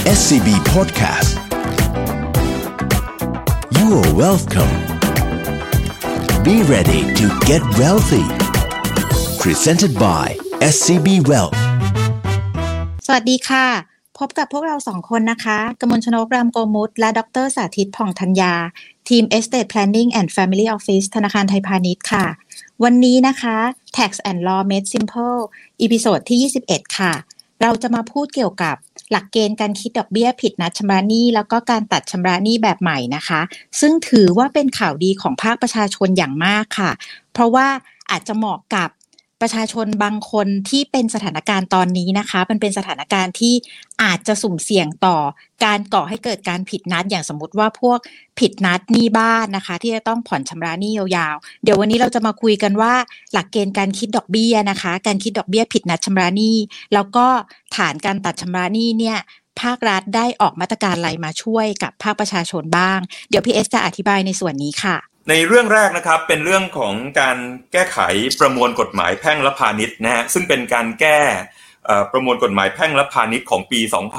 SCB Podcast You are welcome Be ready to get wealthy Presented by SCB Wealth สวัสดีค่ะพบกับพวกเรา2คนนะคะกมลชนกรามโกมุตและดร.สาธิตผ่องธัญญาทีม Estate Planning and Family Office ธนาคารไทยพาณิชย์ค่ะวันนี้นะคะ Tax and Law Made Simple อีพิโซดที่21ค่ะเราจะมาพูดเกี่ยวกับหลักเกณฑ์การคิดดอกเบี้ยผิดนัดชำระหนี้แล้วก็การตัดชำระหนี้แบบใหม่นะคะซึ่งถือว่าเป็นข่าวดีของภาคประชาชนอย่างมากค่ะเพราะว่าอาจจะเหมาะกับประชาชนบางคนที่เป็นสถานการณ์ตอนนี้นะคะมันเป็นสถานการณ์ที่อาจจะสุ่มเสี่ยงต่อการก่อให้เกิดการผิดนัดอย่างสมมุติว่าพวกผิดนัดหนี้บ้านนะคะที่จะต้องผ่อนชำระหนี้ยาวๆเดี๋ยววันนี้เราจะมาคุยกันว่าหลักเกณฑ์การคิดดอกเบี้ยนะคะการคิดดอกเบี้ยผิดนัดชำระหนี้แล้วก็ฐานการตัดชำระหนี้เนี่ยภาครัฐได้ออกมาตรการอะไรมาช่วยกับภาคประชาชนบ้างเดี๋ยวพี่เอสจะอธิบายในส่วนนี้ค่ะในเรื่องแรกนะครับเป็นเรื่องของการแก้ไขประมวลกฎหมายแพ่งและพาณิชย์นะฮะซึ่งเป็นการแก้ประมวลกฎหมายแพ่งและพาณิชย์ของปี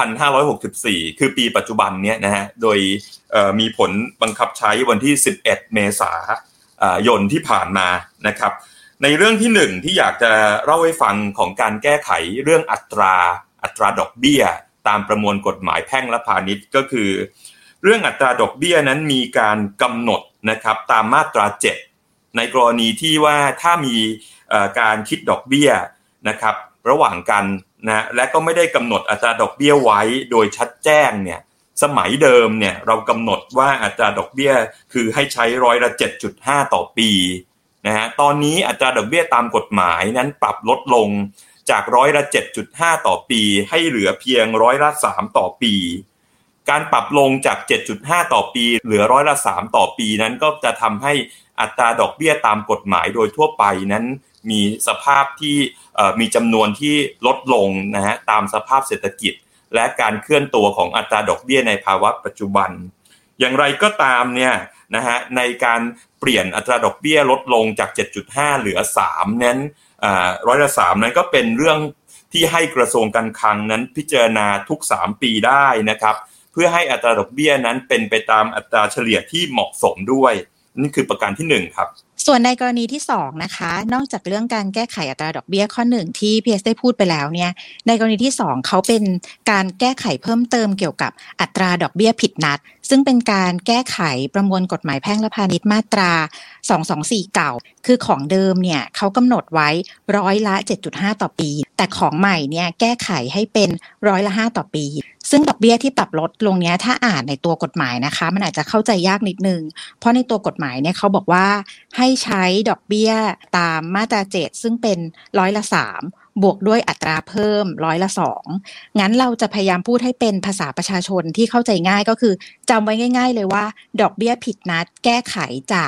2564 คือปีปัจจุบันเนี้ยนะฮะโดยมีผลบังคับใช้วันที่ 11 เมษายนที่ผ่านมานะครับในเรื่องที่1ที่อยากจะเล่าให้ฟังของการแก้ไขเรื่องอัตราดอกเบี้ยตามประมวลกฎหมายแพ่งและพาณิชย์ก็คือเรื่องอัตราดอกเบี้ยนั้นมีการกำหนดนะครับตามมาตรา7ในกรณีที่ว่าถ้ามีการคิดดอกเบี้ยนะครับระหว่างกันนะและก็ไม่ได้กำหนดอัตราดอกเบี้ยไว้โดยชัดแจ้งเนี่ยสมัยเดิมเนี่ยเรากำหนดว่าอัตราดอกเบี้ยคือให้ใช้ร้อยละ 7.5 ต่อปีนะฮะตอนนี้อัตราดอกเบี้ยตามกฎหมายนั้นปรับลดลงจากร้อยละ 7.5 ต่อปีให้เหลือเพียงร้อยละ 3 ต่อปีการปรับลงจาก 7.5 ต่อปีเหลือร้อยละ 3 ต่อปีนั้นก็จะทำให้อัตราดอกเบี้ยตามกฎหมายโดยทั่วไปนั้นมีสภาพที่มีจำนวนที่ลดลงนะฮะตามสภาพเศรษฐกิจและการเคลื่อนตัวของอัตราดอกเบี้ยในภาวะปัจจุบันอย่างไรก็ตามเนี่ยนะฮะในการเปลี่ยนอัตราดอกเบี้ยลดลงจาก 7.5 เหลือ 3 นั้นร้อยละ 3 นั้นก็เป็นเรื่องที่ให้กระทรวงการคลังนั้นพิจารณาทุก3ปีได้นะครับเพื่อให้อัตราดอกเบี้ยนั้นเป็นไปตามอัตราเฉลี่ยที่เหมาะสมด้วยนี่คือประการที่1ครับส่วนในกรณีที่2นะคะนอกจากเรื่องการแก้ไขอัตราดอกเบี้ยข้อ1ที่พีเอสได้พูดไปแล้วเนี่ยในกรณีที่2เขาเป็นการแก้ไขเพิ่มเติมเกี่ยวกับอัตราดอกเบี้ยผิดนัดซึ่งเป็นการแก้ไขประมวลกฎหมายแพ่งและพาณิชย์มาตรา224เก่าคือของเดิมเนี่ยเขากำหนดไว้ร้อยละ 7.5 ต่อปีแต่ของใหม่เนี่ยแก้ไขให้เป็นร้อยละ 5 ต่อปีซึ่งดอกเบี้ยที่ปรับลดลงเนี้ยถ้าอ่านในตัวกฎหมายนะคะมันอาจจะเข้าใจยากนิดนึงเพราะในตัวกฎหมายเนี่ยเขาบอกว่าให้ใช้ดอกเบี้ยตามมาตรา7ซึ่งเป็นร้อยละ 3บวกด้วยอัตราเพิ่มร้อยละ 2งั้นเราจะพยายามพูดให้เป็นภาษาประชาชนที่เข้าใจง่ายก็คือจำไว้ง่ายๆเลยว่าดอกเบี้ยผิดนัดแก้ไขจาก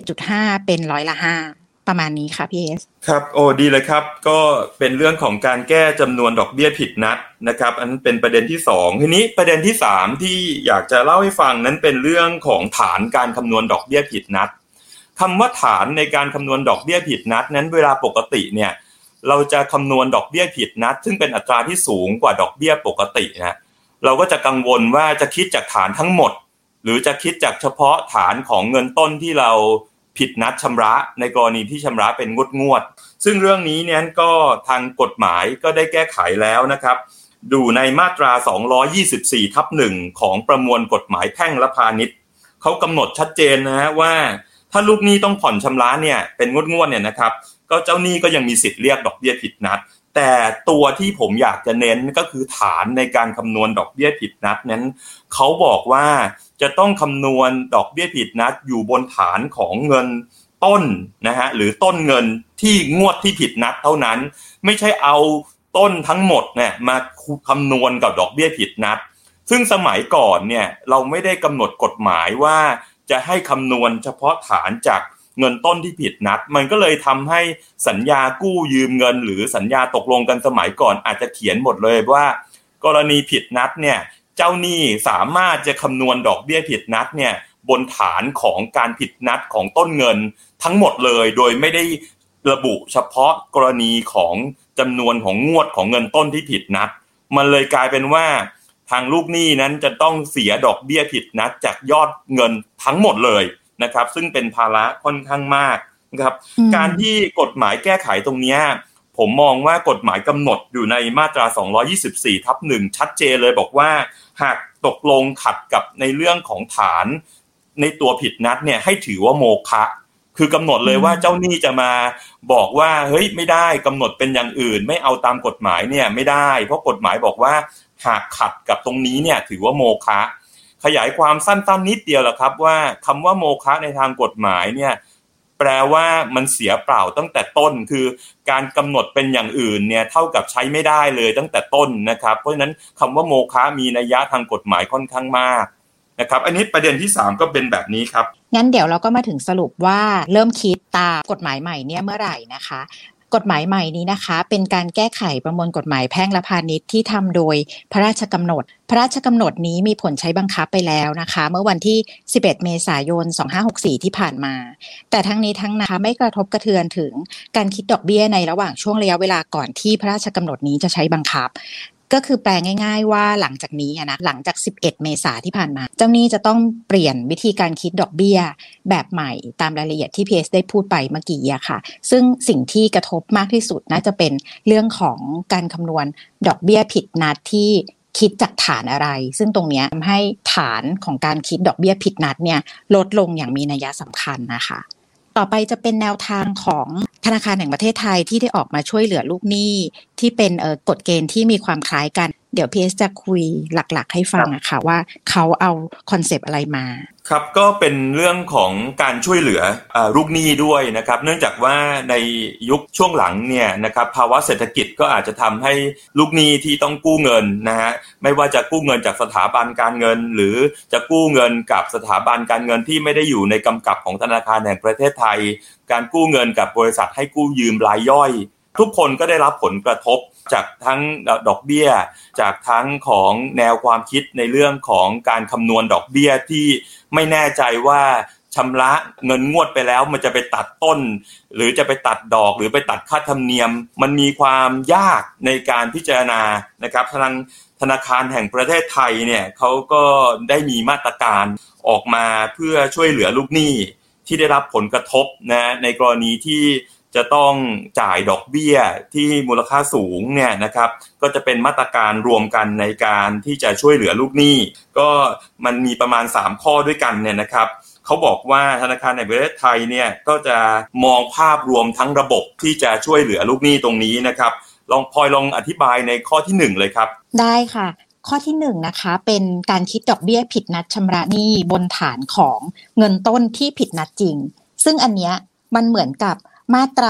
7.5 เป็นร้อยละ 5ประมาณนี้ค่ะพี่เอสครับโอ้ดีเลยครับก็เป็นเรื่องของการแก้จำนวนดอกเบี้ยผิดนัดนะครับอันนั้นเป็นประเด็นที่2ทีนี้ประเด็นที่3ที่อยากจะเล่าให้ฟังนั้นเป็นเรื่องของฐานการคำนวณดอกเบี้ยผิดนัดคำว่าฐานในการคำนวณดอกเบี้ยผิดนัดนั้นเวลาปกติเนี่ยเราจะคำนวณดอกเบี้ยผิดนัดซึ่งเป็นอัตราที่สูงกว่าดอกเบี้ยปกตินะเราก็จะกังวลว่าจะคิดจากฐานทั้งหมดหรือจะคิดจากเฉพาะฐานของเงินต้นที่เราผิดนัดชำระในกรณีที่ชำระเป็นงวดซึ่งเรื่องนี้เนี่ยก็ทางกฎหมายก็ได้แก้ไขแล้วนะครับดูในมาตรา 224/1 ของประมวลกฎหมายแพ่งและพาณิชย์เขากำหนดชัดเจนนะฮะว่าถ้าลูกหนี้ต้องผ่อนชำระเนี่ยเป็นงวดเนี่ยนะครับก็เจ้าหนี้ก็ยังมีสิทธิ์เรียกดอกเบี้ยผิดนัดแต่ตัวที่ผมอยากจะเน้นก็คือฐานในการคำนวณดอกเบี้ยผิดนัดนั้นเขาบอกว่าจะต้องคำนวณดอกเบี้ยผิดนัดอยู่บนฐานของเงินต้นนะฮะหรือต้นเงินที่งวดที่ผิดนัดเท่านั้นไม่ใช่เอาต้นทั้งหมดเนี่ยมาคำนวณกับดอกเบี้ยผิดนัดซึ่งสมัยก่อนเนี่ยเราไม่ได้กำหนดกฎหมายว่าจะให้คำนวณเฉพาะฐานจากเงินต้นที่ผิดนัดมันก็เลยทำให้สัญญากู้ยืมเงินหรือสัญญาตกลงกันสมัยก่อนอาจจะเขียนหมดเลยว่ากรณีผิดนัดเนี่ยเจ้าหนี้สามารถจะคำนวณดอกเบี้ยผิดนัดเนี่ยบนฐานของการผิดนัดของต้นเงินทั้งหมดเลยโดยไม่ได้ระบุเฉพาะกรณีของจำนวนของงวดของเงินต้นที่ผิดนัดมันเลยกลายเป็นว่าทางลูกหนี้นั้นจะต้องเสียดอกเบี้ยผิดนัดจากยอดเงินทั้งหมดเลยนะครับซึ่งเป็นภาระค่อนข้างมากนะครับการที่กฎหมายแก้ไขตรงนี้ผมมองว่ากฎหมายกำหนดอยู่ในมาตรา 224/1 ชัดเจนเลยบอกว่าหากตกลงขัดกับในเรื่องของฐานในตัวผิดนัดเนี่ยให้ถือว่าโมฆะคือกำหนดเลยว่าเจ้าหนี้จะมาบอกว่าเฮ้ยไม่ได้กำหนดเป็นอย่างอื่นไม่เอาตามกฎหมายเนี่ยไม่ได้เพราะกฎหมายบอกว่าหากขัดกับตรงนี้เนี่ยถือว่าโมฆะขยายความสั้นๆนิดเดียวแหละครับว่าคำว่าโมฆะในทางกฎหมายเนี่ยแปลว่ามันเสียเปล่าตั้งแต่ต้นคือการกำหนดเป็นอย่างอื่นเนี่ยเท่ากับใช้ไม่ได้เลยตั้งแต่ต้นนะครับเพราะฉะนั้นคำว่าโมฆะมีนัยยะทางกฎหมายค่อนข้างมากนะครับอันนี้ประเด็นที่3ก็เป็นแบบนี้ครับงั้นเดี๋ยวเราก็มาถึงสรุปว่าเริ่มคิดตามกฎหมายใหม่เนี่ยเมื่อไหร่นะคะกฎหมายใหม่นี้นะคะเป็นการแก้ไขประมวลกฎหมายแพ่งและพาณิชย์ที่ทำโดยพระราชกำหนดพระราชกำหนดนี้มีผลใช้บังคับไปแล้วนะคะเมื่อวันที่11เมษายน2564ที่ผ่านมาแต่ทั้งนี้ทั้งนั้นไม่กระทบกระเทือนถึงการคิดดอกเบี้ยในระหว่างช่วงระยะเวลาก่อนที่พระราชกำหนดนี้จะใช้บังคับก็คือแปลง่ายๆว่าหลังจากนี้นะหลังจาก11เมษายนที่ผ่านมาเจ้าหนี้จะต้องเปลี่ยนวิธีการคิดดอกเบี้ยแบบใหม่ตามรายละเอียดที่ PS ได้พูดไปเมื่อกี้อะค่ะซึ่งสิ่งที่กระทบมากที่สุดน่าจะเป็นเรื่องของการคำนวณดอกเบี้ยผิดนัดที่คิดจากฐานอะไรซึ่งตรงนี้ทำให้ฐานของการคิดดอกเบี้ยผิดนัดเนี่ยลดลงอย่างมีนัยสำคัญนะคะต่อไปจะเป็นแนวทางของธนาคารแห่งประเทศไทยที่ได้ออกมาช่วยเหลือลูกหนี้ที่เป็นกฎเกณฑ์ที่มีความคล้ายกันเดี๋ยว PS จะคุยหลักๆให้ฟังนะคะว่าเขาเอาคอนเซปต์อะไรมาครับก็เป็นเรื่องของการช่วยเหลือลูกหนี้ด้วยนะครับเนื่องจากว่าในยุคช่วงหลังเนี่ยนะครับภาวะเศรษฐกิจก็อาจจะทำให้ลูกหนี้ที่ต้องกู้เงินนะฮะไม่ว่าจะกู้เงินจากสถาบันการเงินหรือจะกู้เงินกับสถาบันการเงินที่ไม่ได้อยู่ในกำกับของธนาคารแห่งประเทศไทยการกู้เงินกับบริษัทให้กู้ยืมรายย่อยทุกคนก็ได้รับผลกระทบจากทั้งดอกเบี้ยจากทั้งของแนวความคิดในเรื่องของการคำนวณดอกเบี้ยที่ไม่แน่ใจว่าชำระเงินงวดไปแล้วมันจะไปตัดต้นหรือจะไปตัดดอกหรือไปตัดค่าธรรมเนียมมันมีความยากในการพิจารณานะครับทางธนาคารแห่งประเทศไทยเนี่ยเขาก็ได้มีมาตรการออกมาเพื่อช่วยเหลือลูกหนี้ที่ได้รับผลกระทบนะในกรณีที่จะต้องจ่ายดอกเบี้ยที่มูลค่าสูงเนี่ยนะครับก็จะเป็นมาตรการรวมกันในการที่จะช่วยเหลือลูกหนี้ก็มันมีประมาณ3ข้อด้วยกันเนี่ยนะครับเขาบอกว่าธนาคารแห่งประเทศไทยเนี่ยก็จะมองภาพรวมทั้งระบบที่จะช่วยเหลือลูกหนี้ตรงนี้นะครับลองอธิบายในข้อที่1เลยครับได้ค่ะข้อที่1นะคะเป็นการคิดดอกเบี้ยผิดนัดชำระหนี้บนฐานของเงินต้นที่ผิดนัดจริงซึ่งอันเนี้ยมันเหมือนกับมาตรา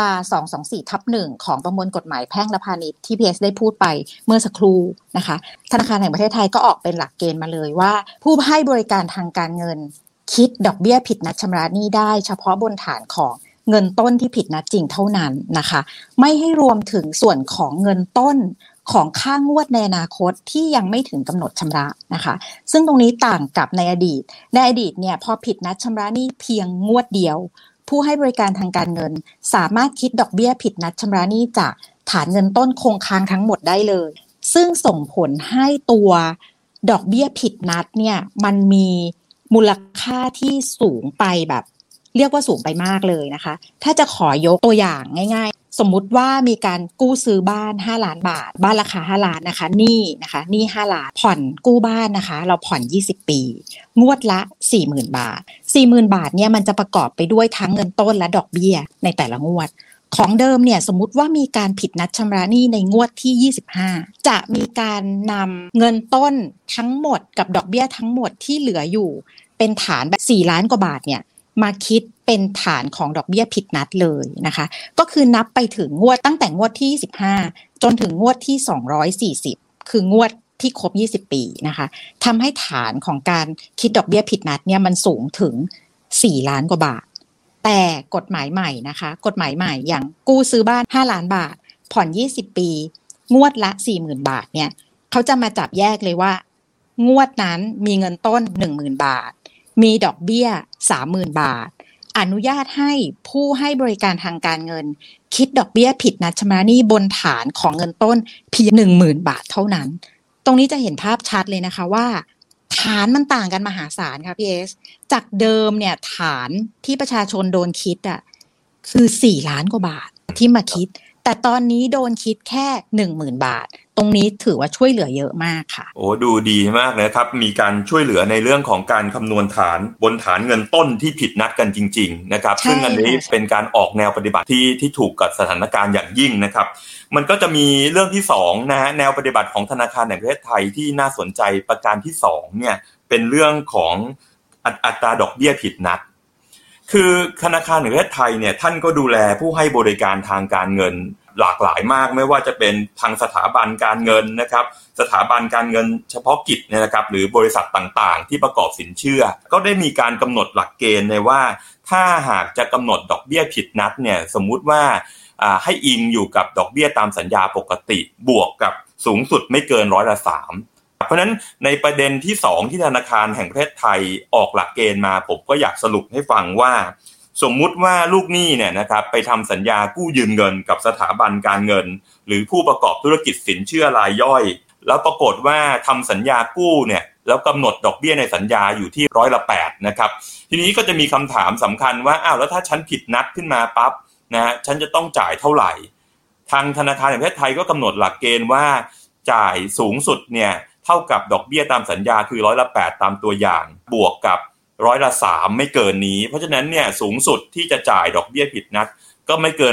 224/1 ของประมวลกฎหมายแพ่งและพาณิชย์ที่ PS ได้พูดไปเมื่อสักครู่นะคะธนาคารแห่งประเทศไทยก็ออกเป็นหลักเกณฑ์มาเลยว่าผู้ให้บริการทางการเงินคิดดอกเบี้ยผิดนัดชำระหนี้ได้เฉพาะบนฐานของเงินต้นที่ผิดนัดจริงเท่านั้นนะคะไม่ให้รวมถึงส่วนของเงินต้นของค่างวดในอนาคตที่ยังไม่ถึงกำหนดชำระนะคะซึ่งตรงนี้ต่างกับในอดีตเนี่ยพอผิดนัดชำระหนี้เพียงงวดเดียวผู้ให้บริการทางการเงินสามารถคิดดอกเบี้ยผิดนัดชำระหนี้จากฐานเงินต้นคงค้างทั้งหมดได้เลยซึ่งส่งผลให้ตัวดอกเบี้ยผิดนัดเนี่ยมันมีมูลค่าที่สูงไปแบบเรียกว่าสูงไปมากเลยนะคะถ้าจะขอยกตัวอย่างง่ายๆสมมุติว่ามีการกู้ซื้อบ้าน5ล้านบาทบ้านราคา5ล้านนะคะหนี้5ล้านผ่อนกู้บ้านนะคะเราผ่อน20ปีงวดละ 40,000 บาท 40,000 บาทเนี่ยมันจะประกอบไปด้วยทั้งเงินต้นและดอกเบี้ยในแต่ละงวดของเดิมเนี่ยสมมุติว่ามีการผิดนัดชำระหนี้ในงวดที่25จะมีการนำเงินต้นทั้งหมดกับดอกเบี้ยทั้งหมดที่เหลืออยู่เป็นฐานแบบ4ล้านกว่าบาทเนี่ยมาคิดเป็นฐานของดอกเบี้ยผิดนัดเลยนะคะก็คือนับไปถึงงวดตั้งแต่งวดที่25จนถึงงวดที่240คืองวดที่ครบ20ปีนะคะทำให้ฐานของการคิดดอกเบี้ยผิดนัดเนี่ยมันสูงถึง4ล้านกว่าบาทแต่กฎหมายใหม่นะคะกฎหมายใหม่อย่างกู้ซื้อบ้าน5ล้านบาทผ่อน20ปีงวดละ 40,000 บาทเนี่ยเขาจะมาจับแยกเลยว่างวดนั้นมีเงินต้น 10,000 บาทมีดอกเบี้ย 30,000 บาทอนุญาตให้ผู้ให้บริการทางการเงินคิดดอกเบี้ยผิดนัดชำระหนี้บนฐานของเงินต้นเพียง 10,000 บาทเท่านั้นตรงนี้จะเห็นภาพชัดเลยนะคะว่าฐานมันต่างกันมหาศาลค่ะพี่เอสจากเดิมเนี่ยฐานที่ประชาชนโดนคิดคือ4 ล้านกว่าบาทที่มาคิดแต่ตอนนี้โดนคิดแค่ 10,000 บาทตรงนี้ถือว่าช่วยเหลือเยอะมากค่ะโอ้ดูดีมากนะครับมีการช่วยเหลือในเรื่องของการคำนวณฐานบนฐานเงินต้นที่ผิดนัดกันจริงๆนะครับซึ่งอันนี้เป็นการออกแนวปฏิบัติที่ถูกกับสถานการณ์อย่างยิ่งนะครับมันก็จะมีเรื่องที่2นะฮะแนวปฏิบัติของธนาคารแห่งประเทศไทยที่น่าสนใจประการที่2เนี่ยเป็นเรื่องของอัตราดอกเบี้ยผิดนัดคือธนาคารแห่งประเทศไทยเนี่ยท่านก็ดูแลผู้ให้บริการทางการเงินหลากหลายมากไม่ว่าจะเป็นทางสถาบันการเงินนะครับสถาบันการเงินเฉพาะกิจเนี่ยนะครับหรือบริษัทต่างๆที่ประกอบสินเชื่อก็ได้มีการกำหนดหลักเกณฑ์ในว่าถ้าหากจะกำหนดดอกเบี้ยผิดนัดเนี่ยสมมุติว่าให้อิงอยู่กับดอกเบี้ยตามสัญญาปกติบวกกับสูงสุดไม่เกิน3%เพราะฉะนั้นในประเด็นที่2ที่ธนาคารแห่งประเทศไทยออกหลักเกณฑ์มาผมก็อยากสรุปให้ฟังว่าสมมุติว่าลูกหนี้เนี่ยนะครับไปทำสัญญากู้ยืมเงินกับสถาบันการเงินหรือผู้ประกอบธุรกิจสินเชื่อรายย่อยแล้วปรากฏว่าทำสัญญากู้เนี่ยแล้วกำหนดดอกเบี้ยในสัญญาอยู่ที่8%นะครับทีนี้ก็จะมีคำถามสำคัญว่าอ้าวแล้วถ้าฉันผิดนัดขึ้นมาปั๊บนะฮะฉันจะต้องจ่ายเท่าไหร่ทางธนาคารแห่งประเทศไทยก็กำหนดหลักเกณฑ์ว่าจ่ายสูงสุดเนี่ยเท่ากับดอกเบี้ยตามสัญญาคือ8%ตามตัวอย่างบวกกับ3%ไม่เกินนี้เพราะฉะนั้นเนี่ยสูงสุดที่จะจ่ายดอกเบี้ยผิดนัดก็ไม่เกิน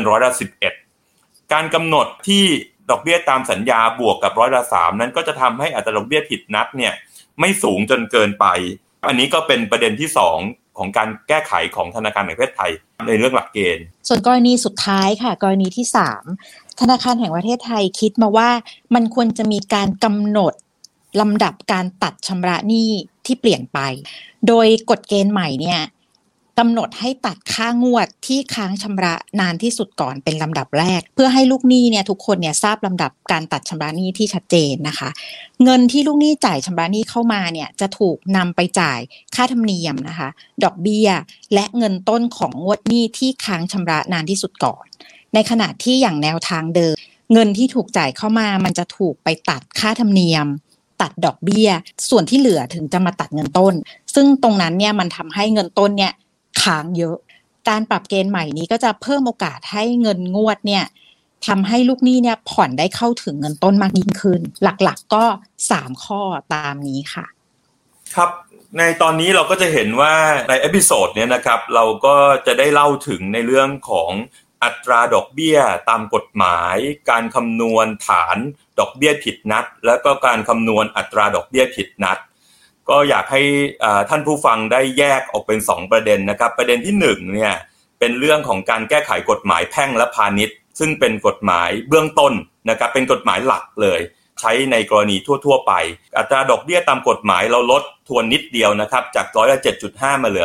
11%การกำหนดที่ดอกเบี้ยตามสัญญาบวกกับ3%นั้นก็จะทำให้อัตราดอกเบี้ยผิดนัดเนี่ยไม่สูงจนเกินไปอันนี้ก็เป็นประเด็นที่2ของการแก้ไขของธนาคารแห่งประเทศไทยในเรื่องหลักเกณฑ์ส่วนกรณีสุดท้ายค่ะกรณีที่3ธนาคารแห่งประเทศไทยคิดมาว่ามันควรจะมีการกำหนดลำดับการตัดชำระหนี้ที่เปลี่ยนไปโดยกฎเกณฑ์ใหม่เนี่ยกำหนดให้ตัดค่างวดที่ค้างชำระนานที่สุดก่อนเป็นลำดับแรกเพื่อให้ลูกหนี้เนี่ยทุกคนเนี่ยทราบลำดับการตัดชำระหนี้ที่ชัดเจนนะคะเงินที่ลูกหนี้จ่ายชำระหนี้เข้ามาเนี่ยจะถูกนำไปจ่ายค่าธรรมเนียมนะคะดอกเบี้ยและเงินต้นของงวดหนี้ที่ค้างชำระนานที่สุดก่อนในขณะที่อย่างแนวทางเดิมเงินที่ถูกจ่ายเข้ามามันจะถูกไปตัดค่าธรรมเนียมตัดดอกเบี้ยส่วนที่เหลือถึงจะมาตัดเงินต้นซึ่งตรงนั้นเนี่ยมันทำให้เงินต้นเนี่ยค้างเยอะการปรับเกณฑ์ใหม่นี้ก็จะเพิ่มโอกาสให้เงินงวดเนี่ยทำให้ลูกหนี้เนี่ยผ่อนได้เข้าถึงเงินต้นมากยิ่งขึ้นหลักๆก็3ข้อตามนี้ค่ะครับในตอนนี้เราก็จะเห็นว่าในเอพิโซดนี้นะครับเราก็จะได้เล่าถึงในเรื่องของอัตราดอกเบี้ยตามกฎหมายการคำนวณฐานดอกเบี้ยผิดนัดแล้วก็การคำนวณอัตราดอกเบี้ยผิดนัดก็อยากให้ท่านผู้ฟังได้แยกออกเป็น2ประเด็นนะครับประเด็นที่1เนี่ยเป็นเรื่องของการแก้ไขกฎหมายแพ่งและพาณิชย์ซึ่งเป็นกฎหมายเบื้องต้นนะครับเป็นกฎหมายหลักเลยใช้ในกรณีทั่วๆไปอัตราดอกเบี้ยตามกฎหมายเราลดทวนนิดเดียวนะครับจาก7.5มาเหลือ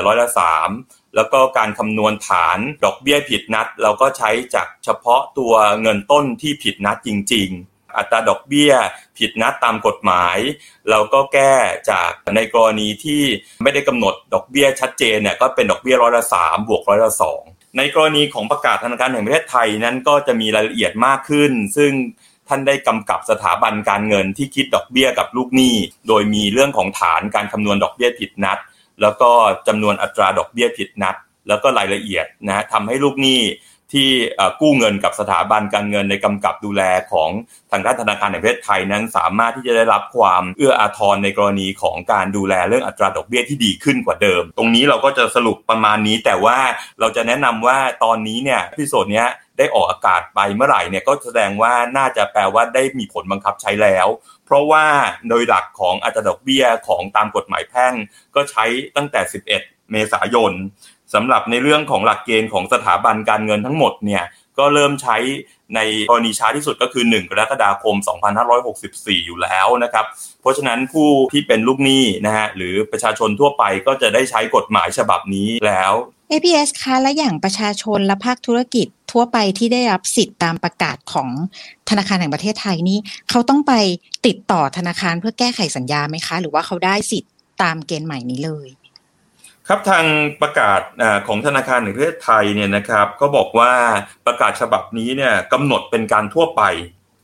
3%แล้วก็การคำนวณฐานดอกเบี้ยผิดนัดเราก็ใช้จากเฉพาะตัวเงินต้นที่ผิดนัดจริงๆอัตราดอกเบี้ยผิดนัดตามกฎหมายเราก็แก้จากในกรณีที่ไม่ได้กำหนดดอกเบี้ยชัดเจนเนี่ยก็เป็นดอกเบี้ย3%บวก2%ในกรณีของประกาศธนาคารแห่งประเทศไทยนั้นก็จะมีรายละเอียดมากขึ้นซึ่งท่านได้กำกับสถาบันการเงินที่คิดดอกเบี้ยกับลูกหนี้โดยมีเรื่องของฐานการคำนวณดอกเบี้ยผิดนัดแล้วก็จำนวนอัตราดอกเบี้ยผิดนัดแล้วก็รายละเอียดนะทำให้ลูกหนี้ที่กู้เงินกับสถาบันการเงินในกำกับดูแลของทางด้านธนาคารแห่งประเทศไทยนั้นสามารถที่จะได้รับความเอื้ออาทรในกรณีของการดูแลเรื่องอัตราดอกเบี้ยที่ดีขึ้นกว่าเดิมตรงนี้เราก็จะสรุปประมาณนี้แต่ว่าเราจะแนะนำว่าตอนนี้เนี่ยเอพิโซดเนี้ยได้ออกอากาศไปเมื่อไหร่เนี่ยก็แสดงว่าน่าจะแปลว่าได้มีผลบังคับใช้แล้วเพราะว่าโดยหลักของอัตราดอกเบี้ยของตามกฎหมายแพ่งก็ใช้ตั้งแต่11เมษายนสำหรับในเรื่องของหลักเกณฑ์ของสถาบันการเงินทั้งหมดเนี่ยก็เริ่มใช้ในกรณีช้าที่สุดก็คือ1กรกฎาคม2564อยู่แล้วนะครับเพราะฉะนั้นผู้ที่เป็นลูกหนี้นะฮะหรือประชาชนทั่วไปก็จะได้ใช้กฎหมายฉบับนี้แล้ว APS คะและอย่างประชาชนและภาคธุรกิจทั่วไปที่ได้รับสิทธิ์ตามประกาศของธนาคารแห่งประเทศไทยนี่เขาต้องไปติดต่อธนาคารเพื่อแก้ไขสัญญาไหมคะหรือว่าเขาได้สิทธิ์ตามเกณฑ์ใหม่นี้เลยครับทางประกาศของธนาคารแห่งประเทศไทยเนี่ยนะครับก็บอกว่าประกาศฉบับนี้เนี่ยกำหนดเป็นการทั่วไปเพ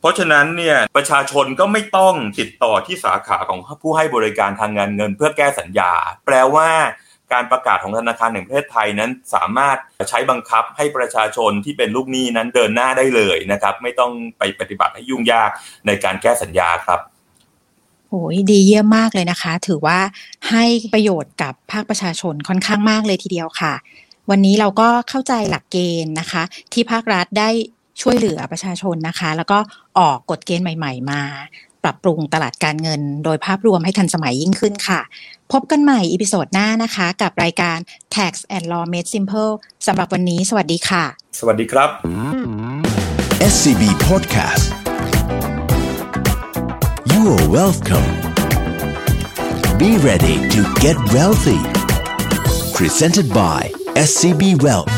ราะฉะนั้นเนี่ยประชาชนก็ไม่ต้องติดต่อที่สาขาของผู้ให้บริการทางการเงินเพื่อแก้สัญญาแปลว่าการประกาศของธนาคารแห่งประเทศไทยนั้นสามารถใช้บังคับให้ประชาชนที่เป็นลูกหนี้นั้นเดินหน้าได้เลยนะครับไม่ต้องไปปฏิบัติให้ยุ่งยากในการแก้สัญญาครับโอ้ยดีเยี่ยมมากเลยนะคะถือว่าให้ประโยชน์กับภาคประชาชนค่อนข้างมากเลยทีเดียวค่ะวันนี้เราก็เข้าใจหลักเกณฑ์นะคะที่ภาครัฐได้ช่วยเหลือประชาชนนะคะแล้วก็ออกกฎเกณฑ์ใหม่ๆมาปรับปรุงตลาดการเงินโดยภาพรวมให้ทันสมัยยิ่งขึ้นค่ะพบกันใหม่อีพิโซดหน้านะคะกับรายการ Tax and Law Made Simple สำหรับวันนี้สวัสดีค่ะสวัสดีครับ SCB Podcast You are welcome Be ready to get wealthy Presented by SCB Wealth